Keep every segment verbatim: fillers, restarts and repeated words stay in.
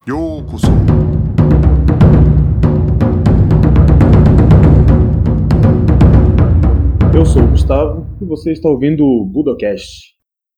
ようこそ。 Eu sou o Gustavo e você está ouvindo o Budocast.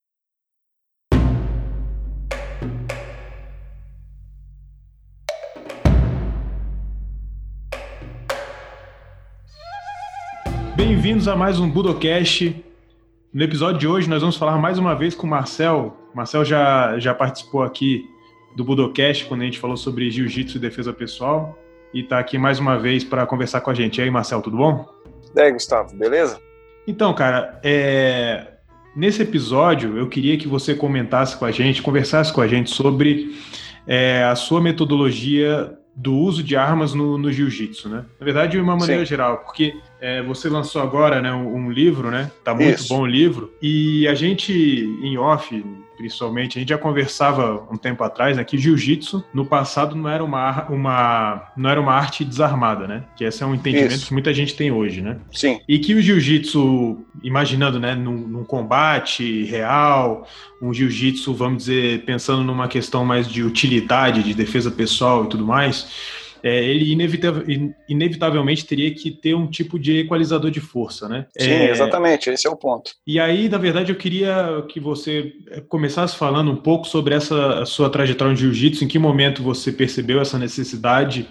Bem-vindos a mais um Budocast. No episódio de hoje nós vamos falar mais uma vez com o Marcel. O Marcel já, já participou aqui do Budocast quando a gente falou sobre jiu-jitsu e defesa pessoal e está aqui mais uma vez para conversar com a gente. E aí, Marcel, tudo bom? E aí, Gustavo, beleza? Então, cara, é... nesse episódio eu queria que você comentasse com a gente, conversasse com a gente sobre é, a sua metodologia do uso de armas no, no jiu-jitsu, né? Na verdade, de uma maneira Sim. geral, porque é, você lançou agora, né, um, um livro, né? Tá muito Isso. bom o livro. E a gente, em off, principalmente, a gente já conversava um tempo atrás, né, que jiu-jitsu, no passado, não era uma, uma, não era uma arte desarmada, né? Que esse é um entendimento Isso. que muita gente tem hoje, né? Sim. E que o jiu-jitsu, imaginando, né, num, num combate real, um jiu-jitsu, vamos dizer, pensando numa questão mais de utilidade, de defesa pessoal e tudo mais, é, ele inevitavel, inevitavelmente teria que ter um tipo de equalizador de força, né? Sim, é, exatamente, esse é o ponto. E aí, na verdade, eu queria que você começasse falando um pouco sobre essa sua trajetória no jiu-jitsu, em que momento você percebeu essa necessidade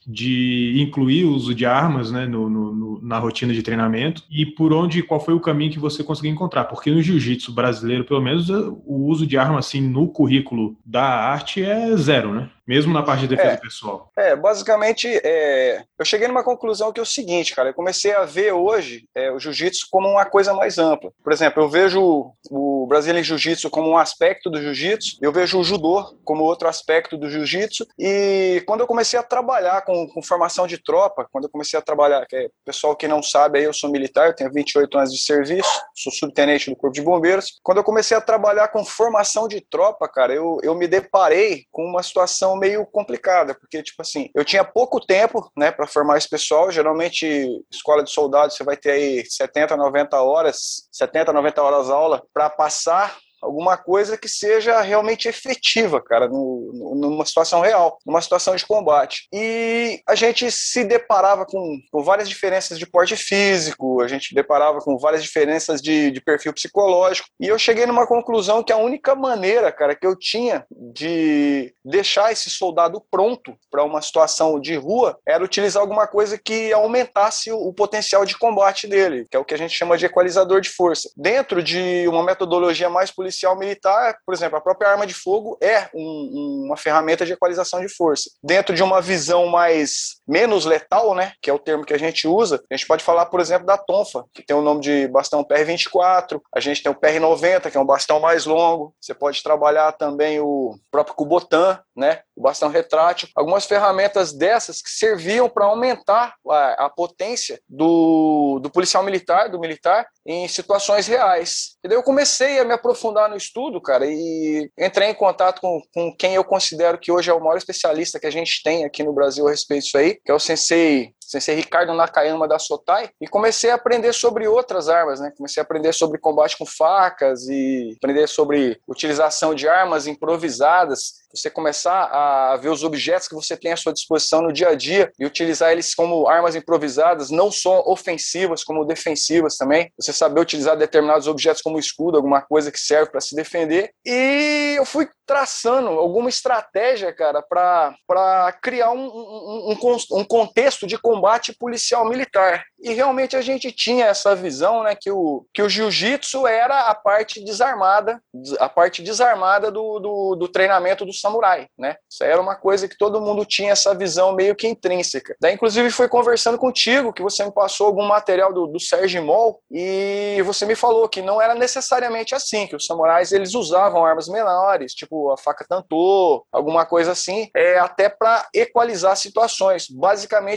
de incluir o uso de armas, né, no, no, na rotina de treinamento, e por onde, qual foi o caminho que você conseguiu encontrar, porque no jiu-jitsu brasileiro, pelo menos, o uso de arma, assim, no currículo da arte é zero, né? Mesmo na parte de defesa é, pessoal. É, basicamente, é, eu cheguei numa conclusão que é o seguinte, cara, eu comecei a ver hoje é, o jiu-jitsu como uma coisa mais ampla. Por exemplo, eu vejo o Brazilian Jiu-Jitsu como um aspecto do jiu-jitsu, eu vejo o judô como outro aspecto do jiu-jitsu, e quando eu comecei a trabalhar com, com formação de tropa, quando eu comecei a trabalhar, que é, pessoal que não sabe, aí eu sou militar, eu tenho vinte e oito anos de serviço, sou subtenente do Corpo de Bombeiros, quando eu comecei a trabalhar com formação de tropa, cara, eu, eu me deparei com uma situação meio complicada, porque, tipo assim, eu tinha pouco tempo, né, para formar esse pessoal. Geralmente, escola de soldados, você vai ter aí setenta, noventa horas, setenta, noventa horas aula para passar alguma coisa que seja realmente efetiva, cara, no, no, numa situação real, numa situação de combate. E a gente se deparava com, com várias diferenças de porte físico, a gente deparava com várias diferenças de, de perfil psicológico, e eu cheguei numa conclusão que a única maneira, cara, que eu tinha de deixar esse soldado pronto para uma situação de rua era utilizar alguma coisa que aumentasse o, o potencial de combate dele, que é o que a gente chama de equalizador de força. Dentro de uma metodologia mais policial militar, por exemplo, a própria arma de fogo é um, uma ferramenta de equalização de força. Dentro de uma visão mais menos letal, né, que é o termo que a gente usa, a gente pode falar, por exemplo, da tonfa, que tem o nome de bastão P R vinte e quatro, a gente tem o P R noventa, que é um bastão mais longo, você pode trabalhar também o próprio Kubotan, né, o bastão retrátil, algumas ferramentas dessas que serviam para aumentar a, a potência do, do policial militar, do militar, em situações reais. E daí eu comecei a me aprofundar no estudo, cara, e entrei em contato com, com quem eu considero que hoje é o maior especialista que a gente tem aqui no Brasil a respeito disso aí, que é o sensei, sensei Ricardo Nakayama da Sotai, e comecei a aprender sobre outras armas, né? Comecei a aprender sobre combate com facas e aprender sobre utilização de armas improvisadas, você começar a ver os objetos que você tem à sua disposição no dia a dia e utilizar eles como armas improvisadas, não só ofensivas, como defensivas também. Você saber utilizar determinados objetos como escudo, alguma coisa que serve para se defender. E eu fui traçando alguma estratégia, cara, para criar um, um, um, um contexto de combate policial militar. E realmente a gente tinha essa visão, né, que o, que o jiu-jitsu era a parte desarmada, a parte desarmada do, do, do treinamento do samurai, né? Isso era uma coisa que todo mundo tinha essa visão meio que intrínseca. Daí, inclusive, foi conversando contigo, que você me passou algum material do, do Sérgio Moll, e você me falou que não era necessariamente assim, que os samurais, eles usavam armas menores, tipo a faca tantô, alguma coisa assim, é, até para equalizar situações. Basicamente, a mesma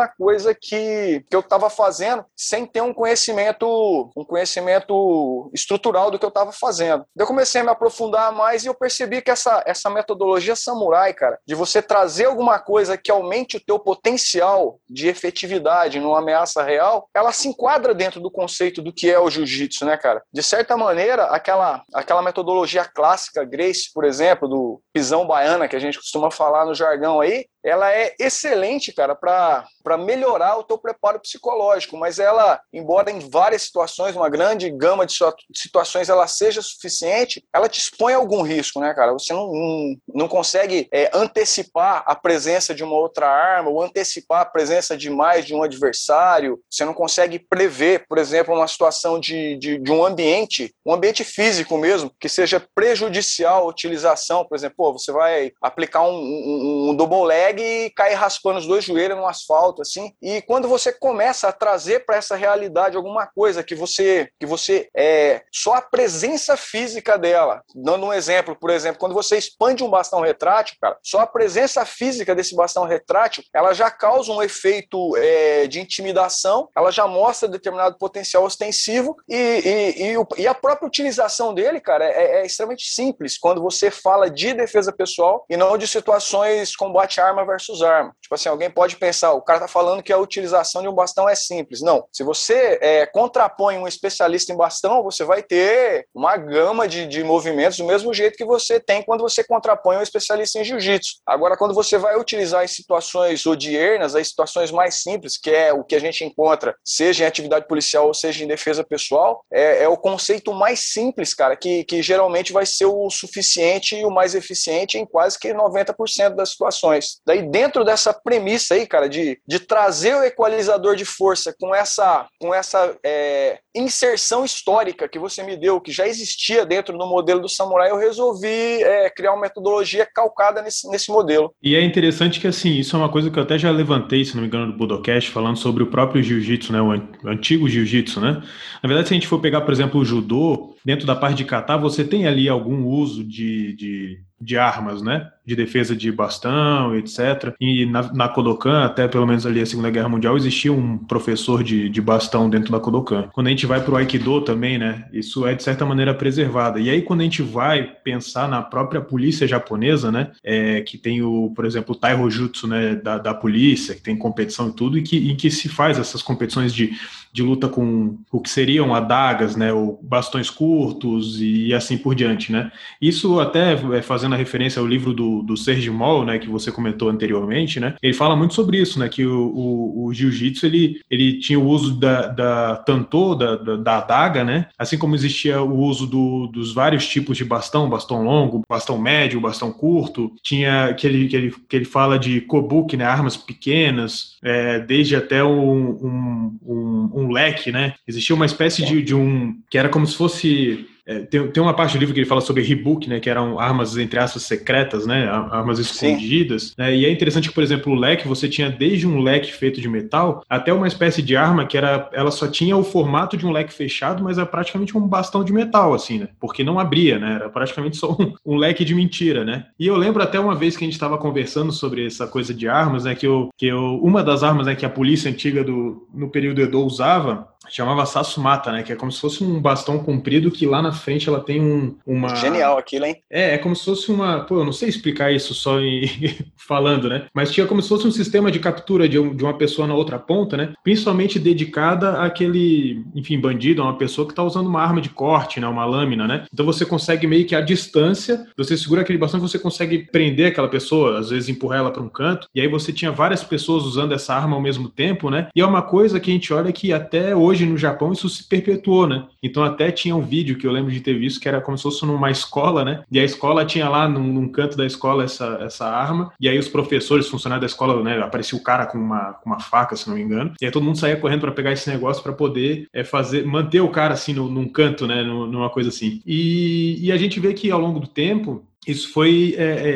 alguma coisa que, que eu estava fazendo sem ter um conhecimento, um conhecimento estrutural do que eu estava fazendo. Eu comecei a me aprofundar mais e eu percebi que essa, essa metodologia samurai, cara, de você trazer alguma coisa que aumente o teu potencial de efetividade numa ameaça real, ela se enquadra dentro do conceito do que é o jiu-jitsu, né, cara? De certa maneira, aquela, aquela metodologia clássica, Gracie, por exemplo, do pisão baiana, que a gente costuma falar no jargão aí, ela é excelente, cara, para para melhorar o teu preparo psicológico, mas ela, embora em várias situações, uma grande gama de situações, ela seja suficiente, ela te expõe a algum risco, né, cara? Você não, não, não consegue é, antecipar a presença de uma outra arma ou antecipar a presença de mais de um adversário, você não consegue prever, por exemplo, uma situação de, de, de um ambiente, um ambiente físico mesmo, que seja prejudicial à utilização, por exemplo, pô, você vai aplicar um, um, um double leg e cair raspando os dois joelhos no asfalto, assim, e quando você começa a trazer para essa realidade alguma coisa que você, que você é, só a presença física dela, dando um exemplo, por exemplo, quando você expande um bastão retrátil, cara, só a presença física desse bastão retrátil, ela já causa um efeito é, de intimidação, ela já mostra determinado potencial ostensivo e, e, e, o, e a própria utilização dele, cara, é, é extremamente simples quando você fala de defesa pessoal e não de situações combate arma versus arma. Tipo assim, alguém pode pensar, o cara tá falando que a utilização de um bastão é simples. Não, se você é, contrapõe um especialista em bastão, você vai ter uma gama de, de movimentos do mesmo jeito que você tem quando você contrapõe um especialista em jiu-jitsu. Agora, quando você vai utilizar em situações odiernas, as situações mais simples, que é o que a gente encontra, seja em atividade policial ou seja em defesa pessoal, é, é o conceito mais simples, cara, que, que geralmente vai ser o suficiente e o mais eficiente em quase que noventa por cento das situações. Daí, dentro dessa premissa aí, cara, de, de trazer o equalizador de força com essa, com essa é, inserção histórica que você me deu, que já existia dentro do modelo do samurai, eu resolvi é, criar uma metodologia calcada nesse, nesse modelo. E é interessante que, assim, isso é uma coisa que eu até já levantei, se não me engano, do Budocast, falando sobre o próprio jiu-jitsu, né, o antigo jiu-jitsu, né? Na verdade, se a gente for pegar, por exemplo, o judô, dentro da parte de kata, você tem ali algum uso de... de... de armas, né, de defesa de bastão, etcétera. E na, na Kodokan, até pelo menos ali a Segunda Guerra Mundial, existia um professor de, de bastão dentro da Kodokan. Quando a gente vai para o Aikido também, né, isso é de certa maneira preservado. E aí quando a gente vai pensar na própria polícia japonesa, né, é, que tem o, por exemplo, o Tairojutsu, né, da, da polícia, que tem competição e tudo, e que, em que se faz essas competições de, de luta com o que seriam adagas, né, ou bastões curtos e assim por diante, né. Isso até é, fazendo a referência ao livro do, do Serge Moll, né, que você comentou anteriormente, né, ele fala muito sobre isso, né, que o, o, o jiu-jitsu, ele, ele tinha o uso da, da tantô, da, da, da adaga, né, assim como existia o uso do, dos vários tipos de bastão, bastão longo, bastão médio, bastão curto, tinha que ele, que ele, que ele fala de kobuki, né, armas pequenas, é, desde até um, um, um, um leque, né, existia uma espécie de, de um, que era como se fosse... É, tem, tem uma parte do livro que ele fala sobre Hibuki, né, que eram armas, entre aspas, secretas, né, armas escondidas, né, e é interessante que, por exemplo, o leque, você tinha desde um leque feito de metal até uma espécie de arma que era, ela só tinha o formato de um leque fechado, mas era praticamente um bastão de metal, assim, né, porque não abria, né, era praticamente só um, um leque de mentira, né, e eu lembro até uma vez que a gente estava conversando sobre essa coisa de armas, né, que, eu, que eu, uma das armas, né, que a polícia antiga do, no período Edo usava, chamava Satsumata, né, que é como se fosse um bastão comprido que lá na frente ela tem um, uma... Genial aquilo, hein? É, é como se fosse uma... Pô, eu não sei explicar isso só em... falando, né? Mas tinha como se fosse um sistema de captura de, um, de uma pessoa na outra ponta, né? Principalmente dedicada àquele, enfim, bandido, a uma pessoa que tá usando uma arma de corte, né? Uma lâmina, né? Então você consegue meio que à distância, você segura aquele bastão e você consegue prender aquela pessoa, às vezes empurrar ela para um canto, e aí você tinha várias pessoas usando essa arma ao mesmo tempo, né? E é uma coisa que a gente olha que até hoje Hoje no Japão isso se perpetuou, né? Então até tinha um vídeo que eu lembro de ter visto que era como se fosse numa escola, né? E a escola tinha lá num, num canto da escola essa, essa arma, e aí os professores, funcionários da escola, né? Aparecia o cara com uma, com uma faca, se não me engano, e aí todo mundo saía correndo para pegar esse negócio para poder é, fazer, manter o cara assim no, num canto, né? Numa coisa assim. E, e a gente vê que ao longo do tempo isso foi é, é,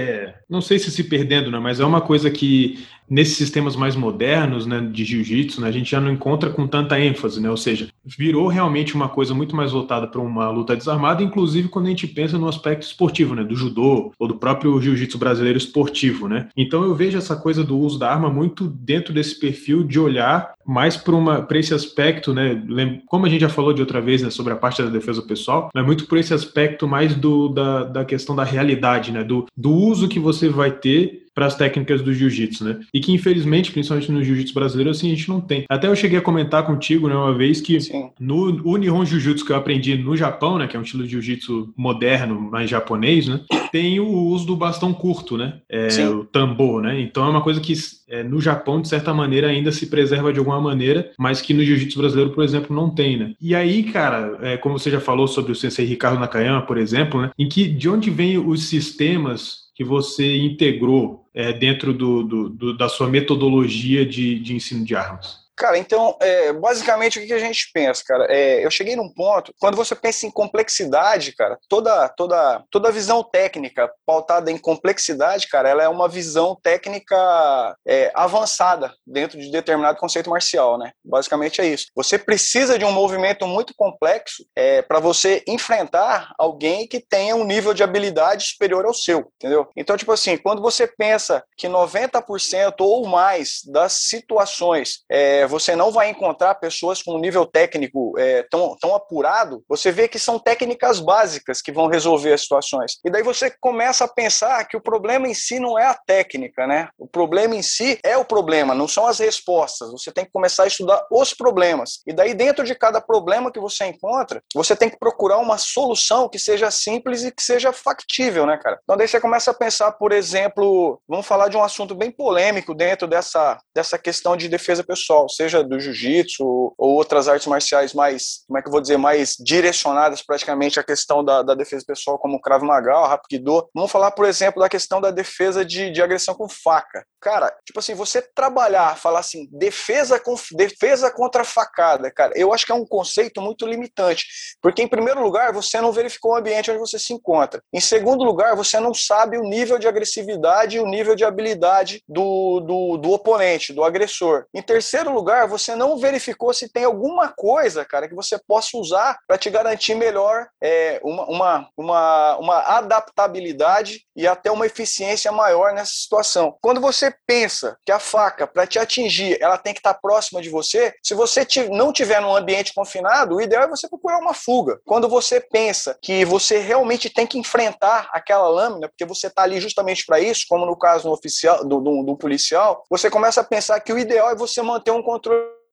não sei se se perdendo, né, mas é uma coisa que nesses sistemas mais modernos, né, de jiu-jitsu, né, a gente já não encontra com tanta ênfase, né, ou seja, virou realmente uma coisa muito mais voltada para uma luta desarmada, inclusive quando a gente pensa no aspecto esportivo, né, do judô ou do próprio jiu-jitsu brasileiro esportivo, né. Então eu vejo essa coisa do uso da arma muito dentro desse perfil de olhar mais para esse aspecto, né, como a gente já falou de outra vez, né, sobre a parte da defesa pessoal, é muito por esse aspecto mais do, da, da questão da realidade, né, do, do uso que você vai ter para as técnicas do jiu-jitsu, né? E que, infelizmente, principalmente no jiu-jitsu brasileiro, assim, a gente não tem. Até eu cheguei a comentar contigo, né, uma vez que Sim. no o Nihon Jiu-Jitsu que eu aprendi no Japão, né, que é um estilo de jiu-jitsu moderno, mais japonês, né, tem o uso do bastão curto, né, é, o tambor, né? Então é uma coisa que é, no Japão, de certa maneira, ainda se preserva de alguma maneira, mas que no jiu-jitsu brasileiro, por exemplo, não tem, né? E aí, cara, é, como você já falou sobre o sensei Ricardo Nakayama, por exemplo, né, em que, de onde vêm os sistemas que você integrou é, dentro do, do, do, da sua metodologia de, de ensino de armas? Cara, então, é, basicamente, o que a gente pensa, cara? É, eu cheguei num ponto, quando você pensa em complexidade, cara, toda, toda, toda visão técnica pautada em complexidade, cara, ela é uma visão técnica é, avançada dentro de determinado conceito marcial, né? Basicamente é isso. Você precisa de um movimento muito complexo é, para você enfrentar alguém que tenha um nível de habilidade superior ao seu, entendeu? Então, tipo assim, quando você pensa que noventa por cento ou mais das situações é, você não vai encontrar pessoas com um nível técnico é, tão, tão apurado, você vê que são técnicas básicas que vão resolver as situações. E daí você começa a pensar que o problema em si não é a técnica, né? O problema em si é o problema, não são as respostas. Você tem que começar a estudar os problemas. E daí dentro de cada problema que você encontra, você tem que procurar uma solução que seja simples e que seja factível, né, cara? Então daí você começa a pensar, por exemplo, vamos falar de um assunto bem polêmico dentro dessa, dessa questão de defesa pessoal, seja do jiu-jitsu ou outras artes marciais mais, como é que eu vou dizer, mais direcionadas praticamente à questão da, da defesa pessoal, como o Krav Maga, o Hapkido. Vamos falar, por exemplo, da questão da defesa de, de agressão com faca. Cara, tipo assim, você trabalhar, falar assim, defesa, com, defesa contra facada, cara, eu acho que é um conceito muito limitante, porque em primeiro lugar, você não verificou o ambiente onde você se encontra. Em segundo lugar, você não sabe o nível de agressividade e o nível de habilidade do, do, do oponente, do agressor. Em terceiro lugar, você não verificou se tem alguma coisa, cara, que você possa usar para te garantir melhor é, uma, uma, uma, uma adaptabilidade e até uma eficiência maior nessa situação. Quando você pensa que a faca, para te atingir, ela tem que estar próxima de você, se você não tiver num ambiente confinado, o ideal é você procurar uma fuga. Quando você pensa que você realmente tem que enfrentar aquela lâmina, porque você está ali justamente para isso, como no caso do, oficial, do, do, do policial, você começa a pensar que o ideal é você manter um controle.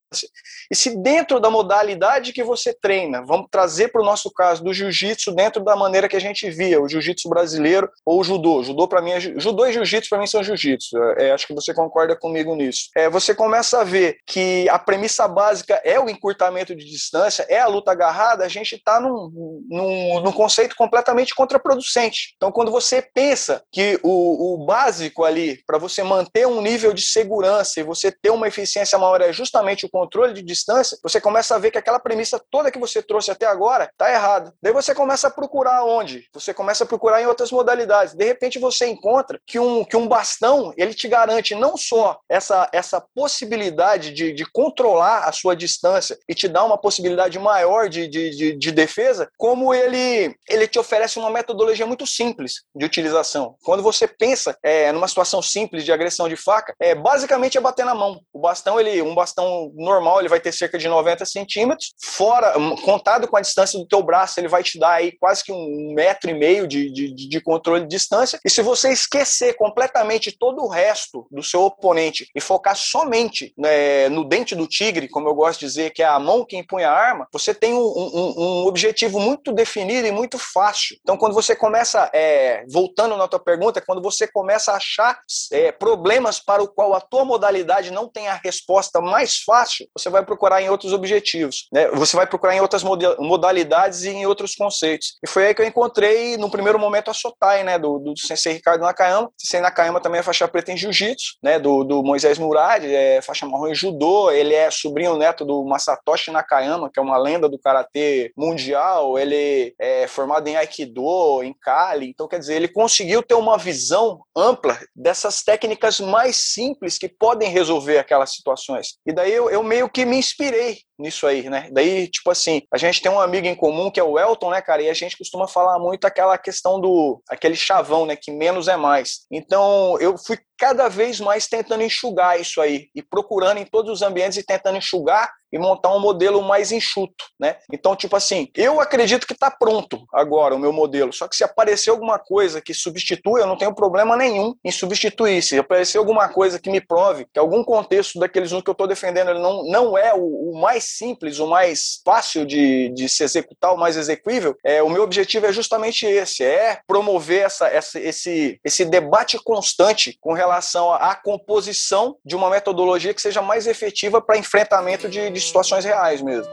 E se dentro da modalidade que você treina, vamos trazer para o nosso caso do jiu-jitsu dentro da maneira que a gente via, o jiu-jitsu brasileiro ou o judô. Judô para mim é, judô e jiu-jitsu para mim são jiu-jitsu. É, acho que você concorda comigo nisso. É, você começa a ver que a premissa básica é o encurtamento de distância, é a luta agarrada, a gente está num, num, num conceito completamente contraproducente. Então, quando você pensa que o, o básico ali, para você manter um nível de segurança e você ter uma eficiência maior é justamente o controle de distância, você começa a ver que aquela premissa toda que você trouxe até agora está errada. Daí você começa a procurar onde? Você começa a procurar em outras modalidades. De repente você encontra que um, que um bastão, ele te garante não só essa, essa possibilidade de, de controlar a sua distância e te dar uma possibilidade maior de, de, de, de defesa, como ele, ele te oferece uma metodologia muito simples de utilização. Quando você pensa é, numa situação simples de agressão de faca, é, basicamente é bater na mão. O bastão, ele, um bastão normal, ele vai ter cerca de noventa centímetros, fora, contado com a distância do teu braço, ele vai te dar aí quase que um metro e meio de, de, de controle de distância, e se você esquecer completamente todo o resto do seu oponente e focar somente né, no dente do tigre, como eu gosto de dizer, que é a mão que empunha a arma, você tem um, um, um objetivo muito definido e muito fácil. Então, quando você começa, é, voltando na tua pergunta, quando você começa a achar é, problemas para o qual a tua modalidade não tem a resposta mais fácil, fácil, você vai procurar em outros objetivos, né? Você vai procurar em outras modalidades e em outros conceitos. E foi aí que eu encontrei, no primeiro momento, a Sotai, né? Do, do Sensei Ricardo Nakayama. Sensei Nakayama também é faixa preta em Jiu-Jitsu, né? Do, do Moisés Murad, é faixa marrom em Judô. Ele é sobrinho neto do Masatoshi Nakayama, que é uma lenda do karatê mundial. Ele é formado em Aikido, em Kali. Então, quer dizer, ele conseguiu ter uma visão ampla dessas técnicas mais simples que podem resolver aquelas situações. E daí eu, eu meio que me inspirei nisso aí, né? Daí, tipo assim, a gente tem um amigo em comum que é o Elton, né, cara? E a gente costuma falar muito aquela questão do, aquele chavão, né? Que menos é mais. Então, eu fui cada vez mais tentando enxugar isso aí e procurando em todos os ambientes e tentando enxugar e montar um modelo mais enxuto, né? Então, tipo assim, eu acredito que está pronto agora o meu modelo, só que se aparecer alguma coisa que substitua, eu não tenho problema nenhum em substituir. Se aparecer alguma coisa que me prove que algum contexto daqueles um que eu estou defendendo ele não, não é o, o mais simples, o mais fácil de, de se executar, o mais execuível, é, o meu objetivo é justamente esse, é promover essa, essa, esse, esse debate constante com relação à composição de uma metodologia que seja mais efetiva para enfrentamento de, de situações reais mesmo.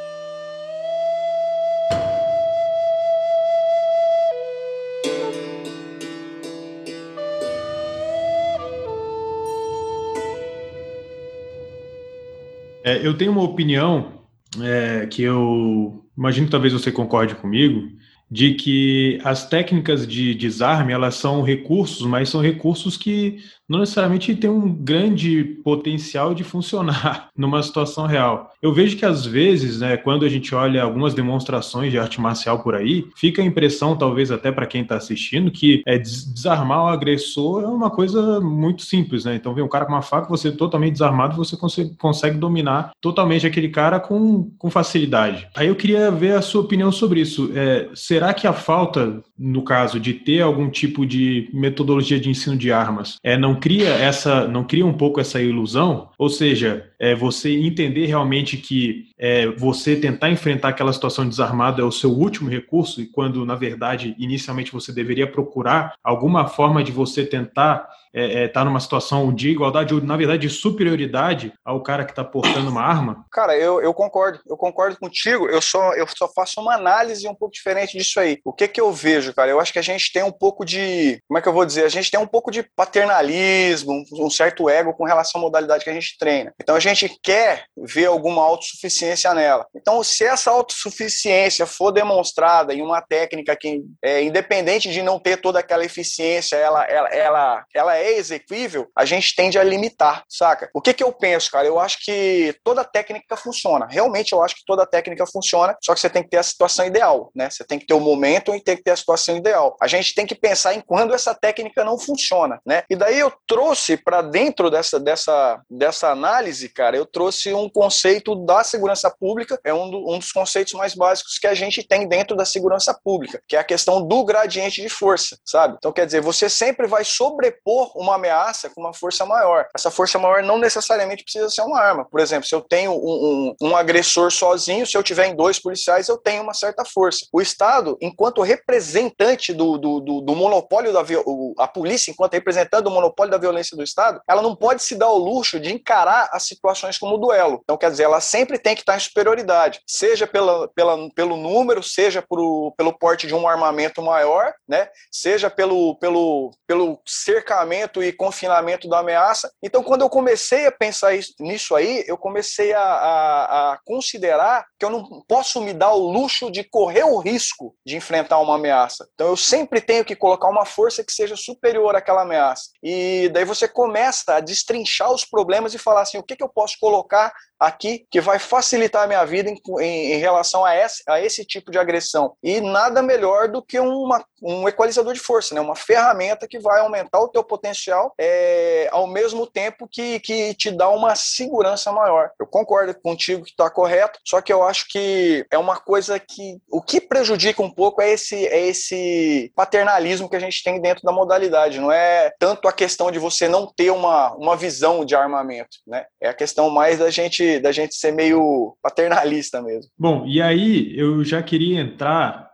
É, eu tenho uma opinião é, que eu imagino que talvez você concorde comigo, de que as técnicas de desarme, elas são recursos, mas são recursos que não necessariamente têm um grande potencial de funcionar numa situação real. Eu vejo que às vezes, né, quando a gente olha algumas demonstrações de arte marcial por aí, fica a impressão, talvez até para quem está assistindo, que é desarmar o agressor é uma coisa muito simples, né? Então vem um cara com uma faca, você totalmente desarmado, você consegue, consegue dominar totalmente aquele cara com, com facilidade. Aí eu queria ver a sua opinião sobre isso. É, será que a falta, no caso, de ter algum tipo de metodologia de ensino de armas, é, não cria essa, não cria um pouco essa ilusão? Ou seja, é, você entender realmente que é, você tentar enfrentar aquela situação desarmada é o seu último recurso, e quando, na verdade, inicialmente você deveria procurar alguma forma de você tentar é, é, tá numa situação de igualdade ou, na verdade, de superioridade ao cara que está portando uma arma? Cara, eu, eu concordo, eu concordo contigo, eu só, eu só faço uma análise um pouco diferente disso aí. O que que eu vejo, cara? Eu acho que a gente tem um pouco de, como é que eu vou dizer? A gente tem um pouco de paternalismo, um, um certo ego com relação à modalidade que a gente treina. Então a gente quer ver alguma autossuficiência nela. Então, se essa autossuficiência for demonstrada em uma técnica que, é, independente de não ter toda aquela eficiência, ela, ela, ela, ela é exequível, a gente tende a limitar, saca? O que que eu penso, cara? Eu acho que toda técnica funciona. Realmente eu acho que toda técnica funciona, só que você tem que ter a situação ideal, né? Você tem que ter o momento e tem que ter a situação ideal. A gente tem que pensar em quando essa técnica não funciona, né? E daí eu trouxe para dentro dessa, dessa, dessa análise, cara, eu trouxe um conceito da segurança pública, é um, do, um dos conceitos mais básicos que a gente tem dentro da segurança pública, que é a questão do gradiente de força, sabe? Então, quer dizer, você sempre vai sobrepor uma ameaça com uma força maior. Essa força maior não necessariamente precisa ser uma arma. Por exemplo, se eu tenho um, um, um agressor sozinho, se eu tiver em dois policiais, eu tenho uma certa força. O Estado, enquanto representante do, do, do, do monopólio da violência, a polícia, enquanto representante do monopólio da violência do Estado, ela não pode se dar o luxo de encarar as situações como duelo. Então, quer dizer, ela sempre tem que estar em superioridade, seja pela, pela, pelo número, seja por, pelo porte de um armamento maior, né? Seja pelo, pelo, pelo cercamento e confinamento da ameaça. Então, quando eu comecei a pensar isso, nisso aí, eu comecei a, a, a considerar que eu não posso me dar o luxo de correr o risco de enfrentar uma ameaça. Então, eu sempre tenho que colocar uma força que seja superior àquela ameaça. E daí você começa a destrinchar os problemas e falar assim, o que, que eu posso colocar aqui que vai facilitar a minha vida em, em, em relação a esse, a esse tipo de agressão. E nada melhor do que uma, um equalizador de força, né? Uma ferramenta que vai aumentar o teu potencial é, ao mesmo tempo que, que te dá uma segurança maior. Eu concordo contigo que está correto, só que eu acho que é uma coisa que o que prejudica um pouco é esse, é esse paternalismo que a gente tem dentro da modalidade. Não é tanto a questão de você não ter uma, uma visão de armamento, né? É a questão mais da gente da gente ser meio paternalista mesmo. Bom, e aí eu já queria entrar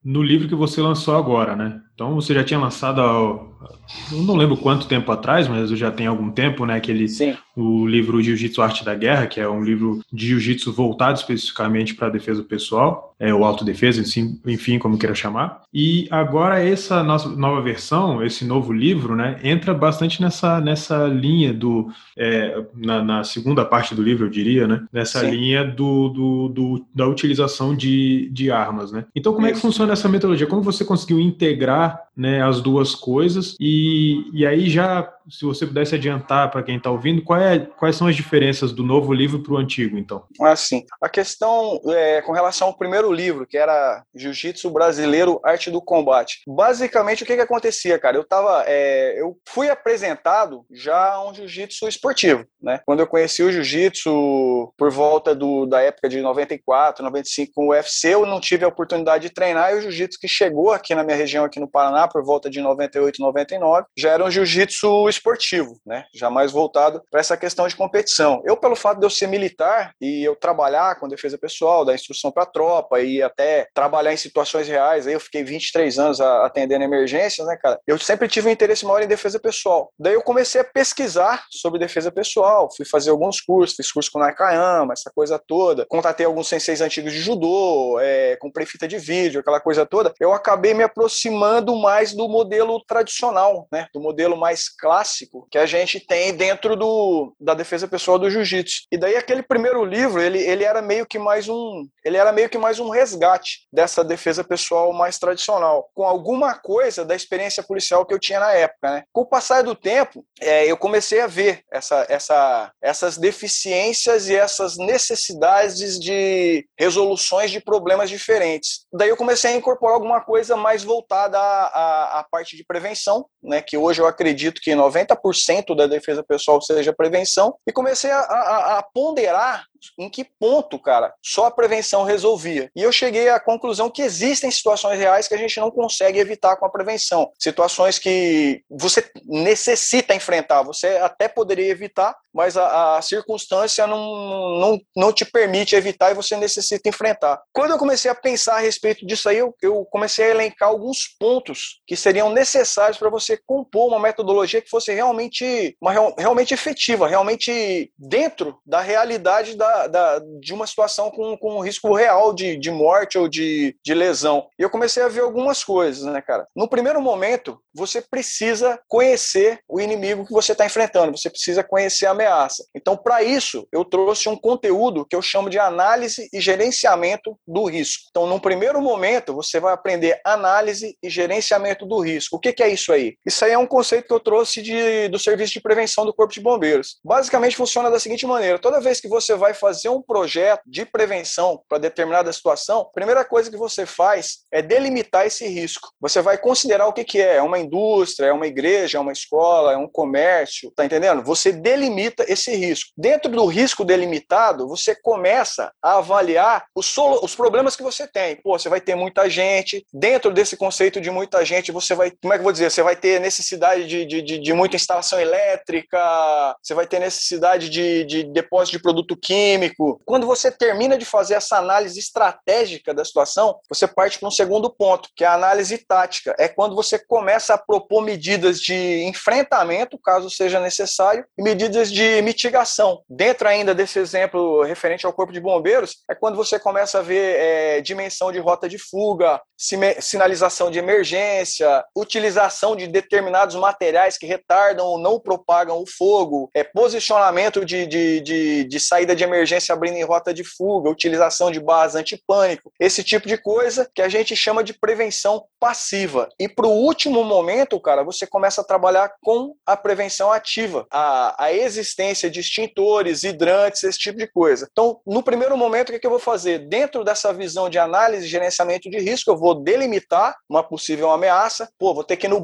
no livro que você lançou agora, né? Então você já tinha lançado, eu não lembro quanto tempo atrás, mas já tem algum tempo, né? Aquele, Sim. O livro Jiu-Jitsu Arte da Guerra, que é um livro de jiu-jitsu voltado especificamente para a defesa pessoal, é, ou autodefesa, enfim, enfim, como queira chamar. E agora essa nossa nova versão, esse novo livro, né, entra bastante nessa, nessa linha do, é, na, na segunda parte do livro, eu diria, né, nessa Sim. linha do, do, do, da utilização de, de armas, né. Então, como é que Isso. funciona essa metodologia? Como você conseguiu integrar, né, as duas coisas? E, e aí já, se você pudesse adiantar para quem está ouvindo, qual é, quais são as diferenças do novo livro para o antigo, então? Assim, a questão é, com relação ao primeiro livro, que era Jiu-Jitsu Brasileiro, Arte do Combate. Basicamente, o que que acontecia, cara? Eu tava, é, eu fui apresentado já a um jiu-jitsu esportivo, né? Quando eu conheci o jiu-jitsu por volta do, da época de noventa e quatro, noventa e cinco com o U F C, eu não tive a oportunidade de treinar, e o jiu-jitsu que chegou aqui na minha região, aqui no Paraná, por volta de noventa e oito, noventa e nove, já era um jiu-jitsu esportivo, né? Já mais voltado para essa questão de competição. Eu, pelo fato de eu ser militar e eu trabalhar com defesa pessoal, dar instrução para a tropa e até trabalhar em situações reais, aí eu fiquei vinte e três anos atendendo emergências, né, cara? Eu sempre tive um interesse maior em defesa pessoal. Daí eu comecei a pesquisar sobre defesa pessoal, fui fazer alguns cursos, fiz curso com o Nakayama, essa coisa toda, contatei alguns senseis antigos de judô, é, comprei fita de vídeo, aquela coisa toda. Eu acabei me aproximando mais do modelo tradicional, né, do modelo mais clássico que a gente tem dentro do, da defesa pessoal do jiu-jitsu. E daí aquele primeiro livro, ele, ele era meio que mais um, ele era meio que mais um resgate dessa defesa pessoal mais tradicional, com alguma coisa da experiência policial que eu tinha na época, né? Com o passar do tempo, é, eu comecei a ver essa, essa, essas deficiências e essas necessidades de resoluções de problemas diferentes. Daí eu comecei a incorporar alguma coisa mais voltada à, à, à parte de prevenção, né? Que hoje eu acredito que noventa por cento da defesa pessoal seja prevenção, e comecei a, a, a ponderar em que ponto, cara, só a prevenção resolvia. E eu cheguei à conclusão que existem situações reais que a gente não consegue evitar com a prevenção. Situações que você necessita enfrentar, você até poderia evitar, mas a, a circunstância não, não, não te permite evitar e você necessita enfrentar. Quando eu comecei a pensar a respeito disso aí, eu, eu comecei a elencar alguns pontos que seriam necessários para você compor uma metodologia que fosse realmente, uma, realmente efetiva, realmente dentro da realidade da Da, de uma situação com, com um risco real de, de morte ou de, de lesão. E eu comecei a ver algumas coisas, né, cara? No primeiro momento, você precisa conhecer o inimigo que você está enfrentando, você precisa conhecer a ameaça. Então, para isso, eu trouxe um conteúdo que eu chamo de análise e gerenciamento do risco. Então, num primeiro momento, você vai aprender análise e gerenciamento do risco. O que, que é isso aí? Isso aí é um conceito que eu trouxe de, do Serviço de Prevenção do Corpo de Bombeiros. Basicamente, funciona da seguinte maneira: toda vez que você vai fazer um projeto de prevenção para determinada situação, a primeira coisa que você faz é delimitar esse risco. Você vai considerar o que, que é, é uma indústria, é uma igreja, é uma escola, é um comércio, tá entendendo? Você delimita esse risco. Dentro do risco delimitado, você começa a avaliar os, solo, os problemas que você tem. Pô, você vai ter muita gente, dentro desse conceito de muita gente, você vai, como é que eu vou dizer, você vai ter necessidade de, de, de, de muita instalação elétrica, você vai ter necessidade de, de depósito de produto químico. Quando você termina de fazer essa análise estratégica da situação, você parte para um segundo ponto, que é a análise tática. É quando você começa a propor medidas de enfrentamento, caso seja necessário, e medidas de mitigação. Dentro ainda desse exemplo referente ao Corpo de Bombeiros, é quando você começa a ver é, dimensão de rota de fuga, sinalização de emergência, utilização de determinados materiais que retardam ou não propagam o fogo, é, posicionamento de, de, de, de saída de emergência abrindo em rota de fuga, utilização de barras antipânico, esse tipo de coisa que a gente chama de prevenção passiva. E para o último momento, cara, você começa a trabalhar com a prevenção ativa, a, a existência de extintores, hidrantes, esse tipo de coisa. Então, no primeiro momento, o que, que eu vou fazer? Dentro dessa visão de análise e gerenciamento de risco, eu vou delimitar uma possível ameaça. Pô, vou ter que ir no banco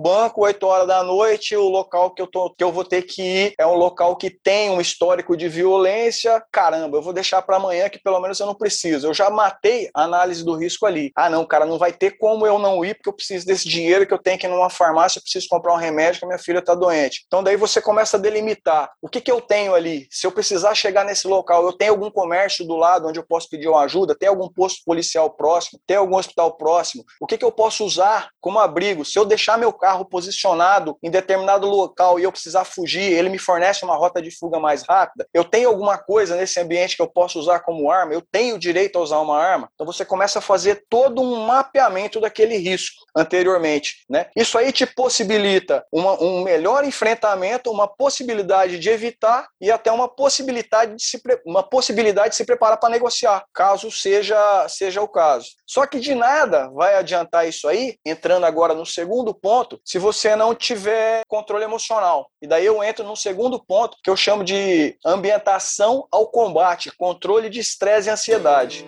oito horas da noite, o local que eu, tô, que eu vou ter que ir é um local que tem um histórico de violência. Caramba, eu vou deixar para amanhã que pelo menos eu não preciso. Eu já matei a análise do risco ali. Ah, não, cara, não vai ter como eu não ir porque eu preciso desse dinheiro que eu tenho que ir numa farmácia, eu preciso comprar um remédio que a minha filha está doente. Então daí você começa a delimitar. O que, que eu tenho ali? Se eu precisar chegar nesse local, eu tenho algum comércio do lado onde eu posso pedir uma ajuda? Tem algum posto policial próximo? Tem algum hospital próximo? O que, que eu posso usar como abrigo? Se eu deixar meu carro posicionado em determinado local e eu precisar fugir, ele me fornece uma rota de fuga mais rápida? Eu tenho alguma coisa nesse ambiente que eu posso usar como arma? Eu tenho direito a usar uma arma? Então você começa a fazer todo um mapeamento daquele risco anteriormente, né? Isso aí te possibilita uma, um melhor enfrentamento, uma possibilidade de evitar e até uma possibilidade de se, uma possibilidade de se preparar para negociar, caso seja, seja o caso. Só que de nada vai adiantar isso aí, entrando agora no segundo ponto, se você não tiver controle emocional. E daí eu entro no segundo ponto, que eu chamo de ambientação ao combate, controle de estresse e ansiedade.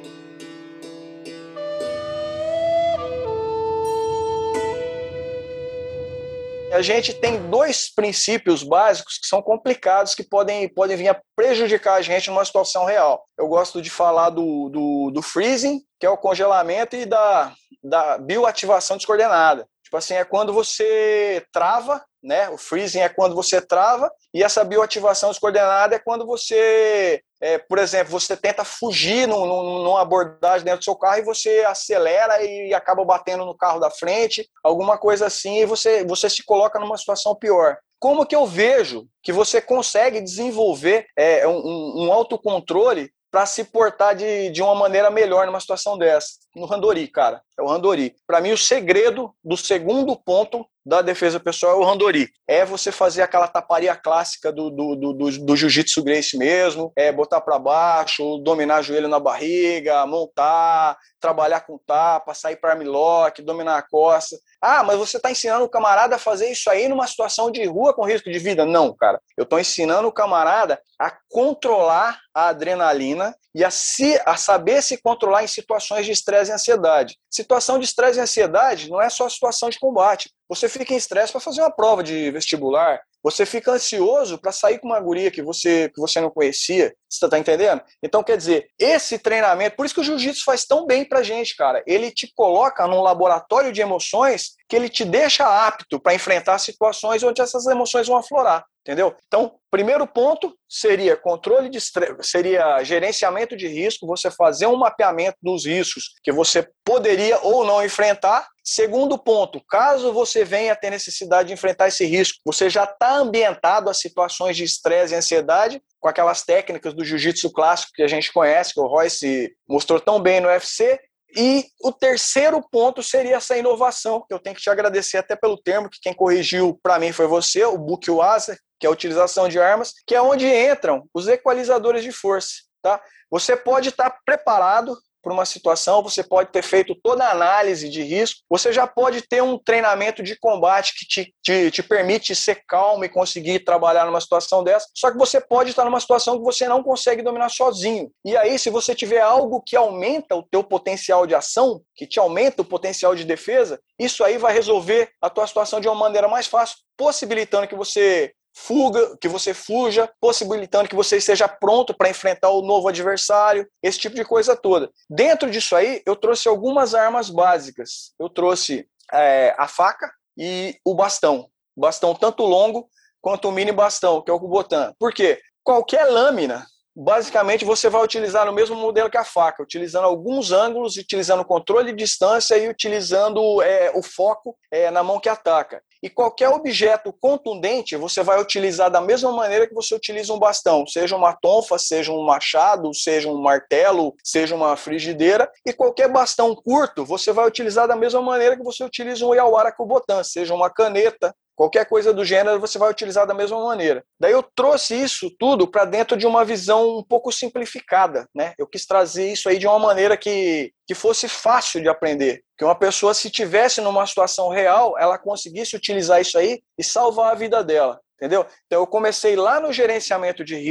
A gente tem dois princípios básicos que são complicados, que podem, podem vir a prejudicar a gente numa situação real. Eu gosto de falar do, do, do freezing, que é o congelamento, e da, da bioativação descoordenada. Tipo assim, é quando você trava, né? O freezing é quando você trava, e essa bioativação descoordenada é quando você, é, por exemplo, você tenta fugir num, num, numa abordagem dentro do seu carro e você acelera e acaba batendo no carro da frente, alguma coisa assim, e você, você se coloca numa situação pior. Como que eu vejo que você consegue desenvolver é, um, um autocontrole para se portar de, de uma maneira melhor numa situação dessa? No Randori, cara. É o Randori. Para mim, o segredo do segundo ponto da defesa pessoal é o Randori. É você fazer aquela taparia clássica do, do, do, do, do jiu-jitsu Gracie mesmo, é botar para baixo, dominar joelho na barriga, montar, trabalhar com tapa, sair para armlock, dominar a costa. Ah, mas você está ensinando o camarada a fazer isso aí numa situação de rua com risco de vida? Não, cara. Eu estou ensinando o camarada a controlar a adrenalina e a, se, a saber se controlar em situações de estresse e ansiedade. Situação de estresse e ansiedade não é só situação de combate. Você fica em estresse para fazer uma prova de vestibular, você fica ansioso para sair com uma guria que você, que você não conhecia, você está entendendo? Então, quer dizer, esse treinamento, por isso que o jiu-jitsu faz tão bem pra gente, cara. Ele te coloca num laboratório de emoções que ele te deixa apto para enfrentar situações onde essas emoções vão aflorar. Entendeu? Então, primeiro ponto seria controle de estresse, seria gerenciamento de risco, você fazer um mapeamento dos riscos que você poderia ou não enfrentar. Segundo ponto, caso você venha ter necessidade de enfrentar esse risco, você já está ambientado a situações de estresse e ansiedade, com aquelas técnicas do jiu-jitsu clássico que a gente conhece, que o Royce mostrou tão bem no U F C. E o terceiro ponto seria essa inovação, que eu tenho que te agradecer até pelo termo, que quem corrigiu para mim foi você, o Bukiwaza, que é a utilização de armas, que é onde entram os equalizadores de força. Tá? Você pode estar preparado para uma situação, você pode ter feito toda a análise de risco, você já pode ter um treinamento de combate que te, te, te permite ser calmo e conseguir trabalhar numa situação dessa, só que você pode estar numa situação que você não consegue dominar sozinho. E aí, se você tiver algo que aumenta o teu potencial de ação, que te aumenta o potencial de defesa, isso aí vai resolver a tua situação de uma maneira mais fácil, possibilitando que você fuga, que você fuja, possibilitando que você esteja pronto para enfrentar o novo adversário, esse tipo de coisa toda. Dentro disso aí, eu trouxe algumas armas básicas. Eu trouxe é, a faca e o bastão. Bastão tanto longo quanto o mini bastão, que é o Kubotan. Por quê? Qualquer lâmina, basicamente, você vai utilizar no mesmo modelo que a faca, utilizando alguns ângulos, utilizando controle de distância e utilizando é, o foco é, na mão que ataca. E qualquer objeto contundente, você vai utilizar da mesma maneira que você utiliza um bastão, seja uma tonfa, seja um machado, seja um martelo, seja uma frigideira. E qualquer bastão curto, você vai utilizar da mesma maneira que você utiliza um Yawara Kubotan, seja uma caneta, qualquer coisa do gênero você vai utilizar da mesma maneira. Daí eu trouxe isso tudo para dentro de uma visão um pouco simplificada, né? Eu quis trazer isso aí de uma maneira que, que fosse fácil de aprender. Que uma pessoa, se tivesse numa situação real, ela conseguisse utilizar isso aí e salvar a vida dela. Entendeu? Então eu comecei lá no gerenciamento de risco,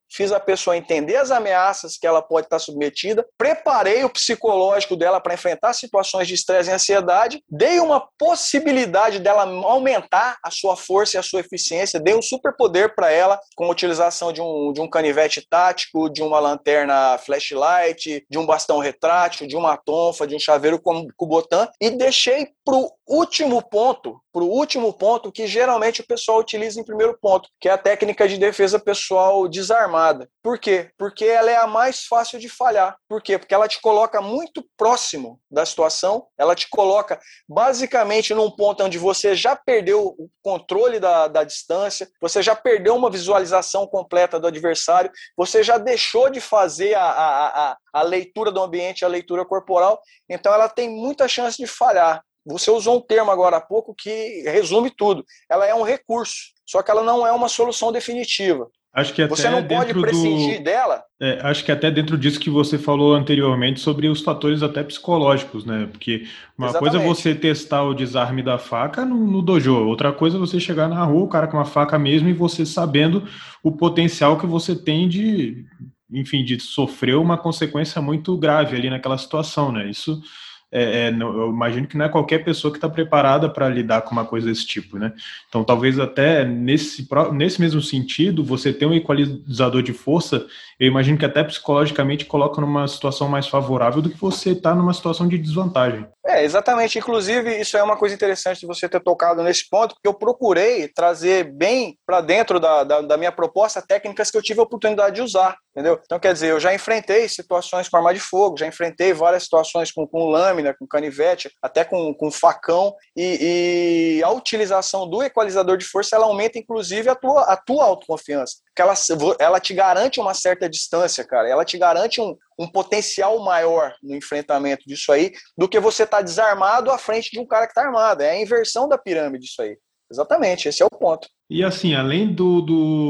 fiz a pessoa entender as ameaças que ela pode estar submetida, preparei o psicológico dela para enfrentar situações de estresse e ansiedade, dei uma possibilidade dela aumentar a sua força e a sua eficiência, dei um superpoder para ela com a utilização de um, de um canivete tático, de uma lanterna flashlight, de um bastão retrátil, de uma tonfa, de um chaveiro Kubotan, e deixei para o último ponto, para o último ponto que geralmente o pessoal utiliza em primeiro ponto, que é a técnica de defesa pessoal desarmada. Por quê? Porque ela é a mais fácil de falhar. Por quê? Porque ela te coloca muito próximo da situação, ela te coloca basicamente num ponto onde você já perdeu o controle da, da distância, você já perdeu uma visualização completa do adversário, você já deixou de fazer a, a, a, a leitura do ambiente, a leitura corporal, então ela tem muita chance de falhar. Você usou um termo agora há pouco que resume tudo. Ela é um recurso, só que ela não é uma solução definitiva. Acho que até você não pode prescindir do... dela. É, acho que até dentro disso que você falou anteriormente sobre os fatores até psicológicos, né? Porque uma Exatamente. coisa é você testar o desarme da faca no, no dojo, outra coisa é você chegar na rua, o cara com uma faca mesmo, e você sabendo o potencial que você tem de, enfim, de sofrer uma consequência muito grave ali naquela situação, né? Isso... É, é, eu imagino que não é qualquer pessoa que está preparada para lidar com uma coisa desse tipo, né? Então, talvez até nesse, nesse mesmo sentido, você ter um equalizador de força, eu imagino que até psicologicamente coloca numa situação mais favorável do que você estar tá numa situação de desvantagem. É, exatamente. Inclusive, isso é uma coisa interessante de você ter tocado nesse ponto, porque eu procurei trazer bem para dentro da, da, da minha proposta técnicas que eu tive a oportunidade de usar, entendeu? Então, quer dizer, eu já enfrentei situações com arma de fogo, já enfrentei várias situações com, com lâmina, com canivete, até com, com facão, e, e a utilização do equalizador de força, ela aumenta, inclusive, a tua, a tua autoconfiança, porque ela, ela te garante uma certa distância, cara, ela te garante um, um potencial maior no enfrentamento disso aí, do que você estar tá desarmado à frente de um cara que está armado. É a inversão da pirâmide isso aí. Exatamente, esse é o ponto. E assim, além do,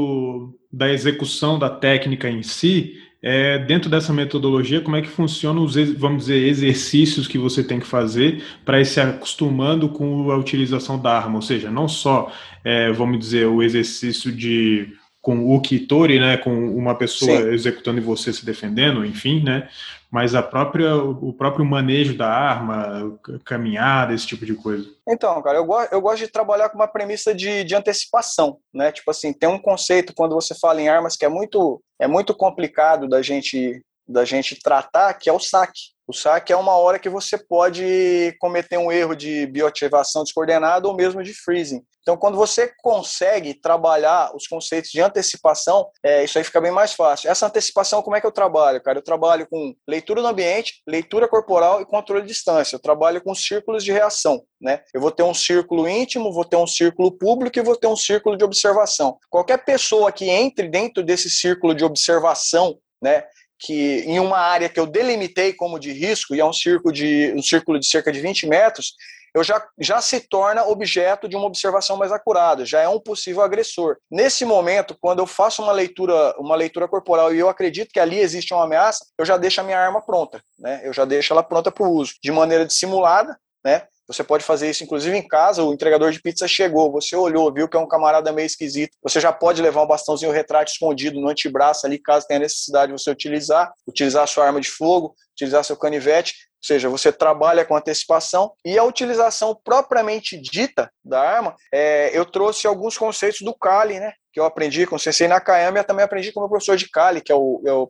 do da execução da técnica em si, é, dentro dessa metodologia, como é que funcionam os, vamos dizer, exercícios que você tem que fazer para ir se acostumando com a utilização da arma? Ou seja, não só, é, vamos dizer, o exercício de com o Uki-Tori, né, com uma pessoa Sim. executando e você se defendendo, enfim, né, mas a própria, o próprio manejo da arma, caminhada, esse tipo de coisa. Então, cara, eu, go eu gosto de trabalhar com uma premissa de, de antecipação, né, tipo assim, tem um conceito quando você fala em armas que é muito, é muito complicado da gente, da gente tratar, que é o saque. O saque é uma hora que você pode cometer um erro de bioativação descoordenada ou mesmo de freezing. Então, quando você consegue trabalhar os conceitos de antecipação, é, isso aí fica bem mais fácil. Essa antecipação, como é que eu trabalho, cara? Eu trabalho com leitura do ambiente, leitura corporal e controle de distância. Eu trabalho com círculos de reação, né? Eu vou ter um círculo íntimo, vou ter um círculo público e vou ter um círculo de observação. Qualquer pessoa que entre dentro desse círculo de observação, né, que em uma área que eu delimitei como de risco, e é um círculo de, um círculo de cerca de vinte metros, eu já, já se torna objeto de uma observação mais acurada, já é um possível agressor. Nesse momento, quando eu faço uma leitura, uma leitura corporal e eu acredito que ali existe uma ameaça, eu já deixo a minha arma pronta, né? Eu já deixo ela pronta para o uso, de maneira dissimulada, né? Você pode fazer isso, inclusive, em casa. O entregador de pizza chegou, você olhou, viu que é um camarada meio esquisito. Você já pode levar um bastãozinho retrátil escondido no antebraço ali, caso tenha necessidade de você utilizar, utilizar a sua arma de fogo, utilizar seu canivete. Ou seja, você trabalha com antecipação. E a utilização propriamente dita da arma, é, eu trouxe alguns conceitos do Kali, né? Que eu aprendi com o Sensei Nakayama e eu também aprendi com o meu professor de Kali, que é o, é o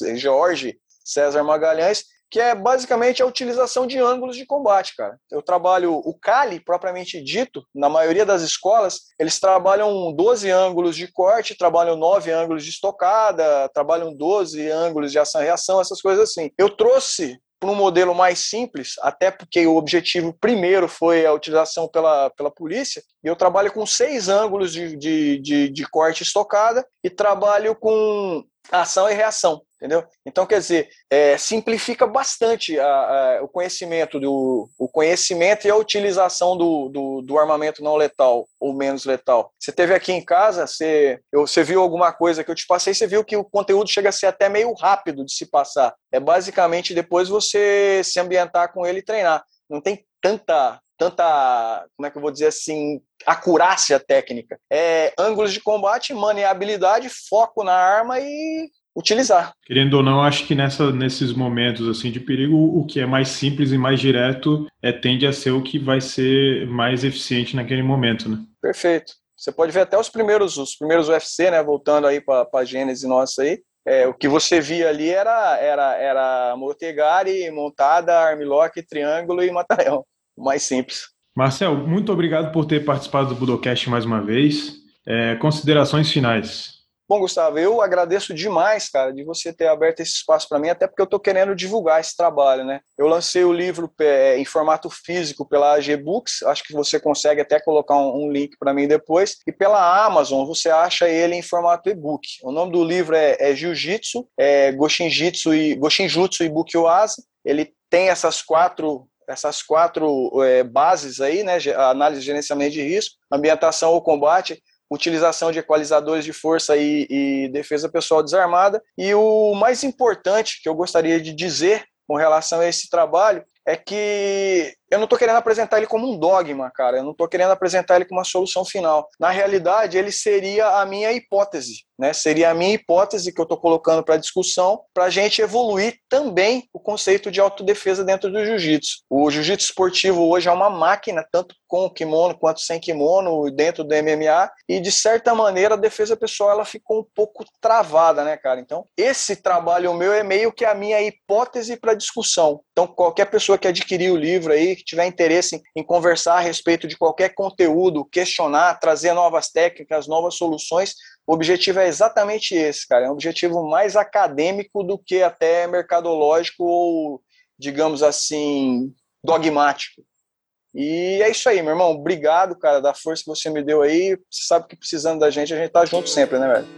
Jorge César Magalhães, que é basicamente a utilização de ângulos de combate, cara. Eu trabalho o Kali, propriamente dito, na maioria das escolas, eles trabalham doze ângulos de corte, trabalham nove ângulos de estocada, trabalham doze ângulos de ação-reação, essas coisas assim. Eu trouxe para um modelo mais simples, até porque o objetivo primeiro foi a utilização pela, pela polícia, e eu trabalho com seis ângulos de, de, de, de corte estocada e trabalho com ação e reação, entendeu? Então, quer dizer, é, simplifica bastante a, a, o conhecimento do, o conhecimento e a utilização do, do, do armamento não letal ou menos letal. Você teve aqui em casa, você, eu, você viu alguma coisa que eu te passei, você viu que o conteúdo chega a ser até meio rápido de se passar. É basicamente depois você se ambientar com ele e treinar. Não tem tanta, tanta, como é que eu vou dizer assim, acurácia técnica. É ângulos de combate, maneabilidade, foco na arma e utilizar. Querendo ou não, acho que nessa, nesses momentos assim de perigo, o que é mais simples e mais direto é, tende a ser o que vai ser mais eficiente naquele momento, né? Perfeito. Você pode ver até os primeiros, os primeiros U F C, né? Voltando aí para a gênese nossa aí. É, o que você via ali era, era, era Motegari, montada, armlock, triângulo e mata-leão. O mais simples. Marcel, muito obrigado por ter participado do Budocast mais uma vez. É, considerações finais. Bom, Gustavo, eu agradeço demais, cara, de você ter aberto esse espaço para mim, até porque eu estou querendo divulgar esse trabalho, né? Eu lancei o livro é, em formato físico pela A G Books, acho que você consegue até colocar um, um link para mim depois, e pela Amazon você acha ele em formato e-book. O nome do livro é, é Jiu-Jitsu, é Goshinjutsu e Goshinjutsu e Bukiwaza. Ele tem essas quatro essas quatro é, bases aí, né? Análise de gerenciamento de risco, ambientação ou combate, utilização de equalizadores de força e, e defesa pessoal desarmada. E o mais importante que eu gostaria de dizer com relação a esse trabalho é que eu não estou querendo apresentar ele como um dogma, cara. Eu não estou querendo apresentar ele como uma solução final. Na realidade, ele seria a minha hipótese, né? Seria a minha hipótese que eu estou colocando para discussão para a gente evoluir também o conceito de autodefesa dentro do jiu-jitsu. O jiu-jitsu esportivo hoje é uma máquina, tanto com kimono quanto sem kimono, dentro do M M A, e de certa maneira a defesa pessoal ela ficou um pouco travada, né, cara? Então, esse trabalho meu é meio que a minha hipótese para discussão. Então, qualquer pessoa que adquirir o livro aí, que tiver interesse em, em conversar a respeito de qualquer conteúdo, questionar, trazer novas técnicas, novas soluções, o objetivo é exatamente esse, cara. É um objetivo mais acadêmico do que até mercadológico ou, digamos assim, dogmático. E é isso aí, meu irmão. Obrigado, cara, da força que você me deu aí. Você sabe que precisando da gente, a gente tá junto sempre, né, velho?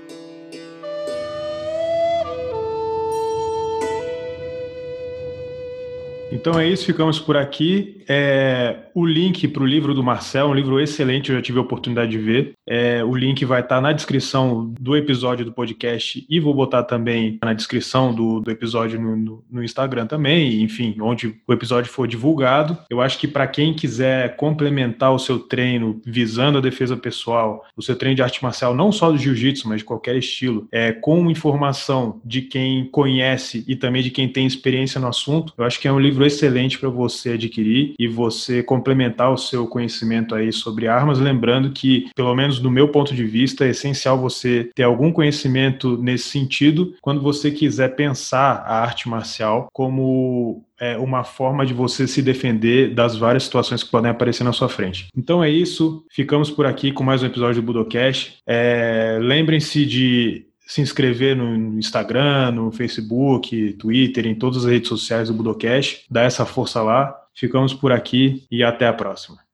Então é isso, ficamos por aqui. É, o link para o livro do Marcel, um livro excelente, eu já tive a oportunidade de ver. É, o link vai estar na descrição do episódio do podcast e vou botar também na descrição do, do episódio no, no, no Instagram também, enfim, onde o episódio for divulgado. Eu acho que para quem quiser complementar o seu treino visando a defesa pessoal, o seu treino de arte marcial, não só do jiu-jitsu, mas de qualquer estilo, é, com informação de quem conhece e também de quem tem experiência no assunto, eu acho que é um livro excelente para você adquirir e você complementar o seu conhecimento aí sobre armas, lembrando que, pelo menos do meu ponto de vista, é essencial você ter algum conhecimento nesse sentido quando você quiser pensar a arte marcial como é, uma forma de você se defender das várias situações que podem aparecer na sua frente. Então é isso, ficamos por aqui com mais um episódio do Budocast. É, lembrem-se de se inscrever no Instagram, no Facebook, Twitter, em todas as redes sociais do Budocast, dá essa força lá. Ficamos por aqui e até a próxima.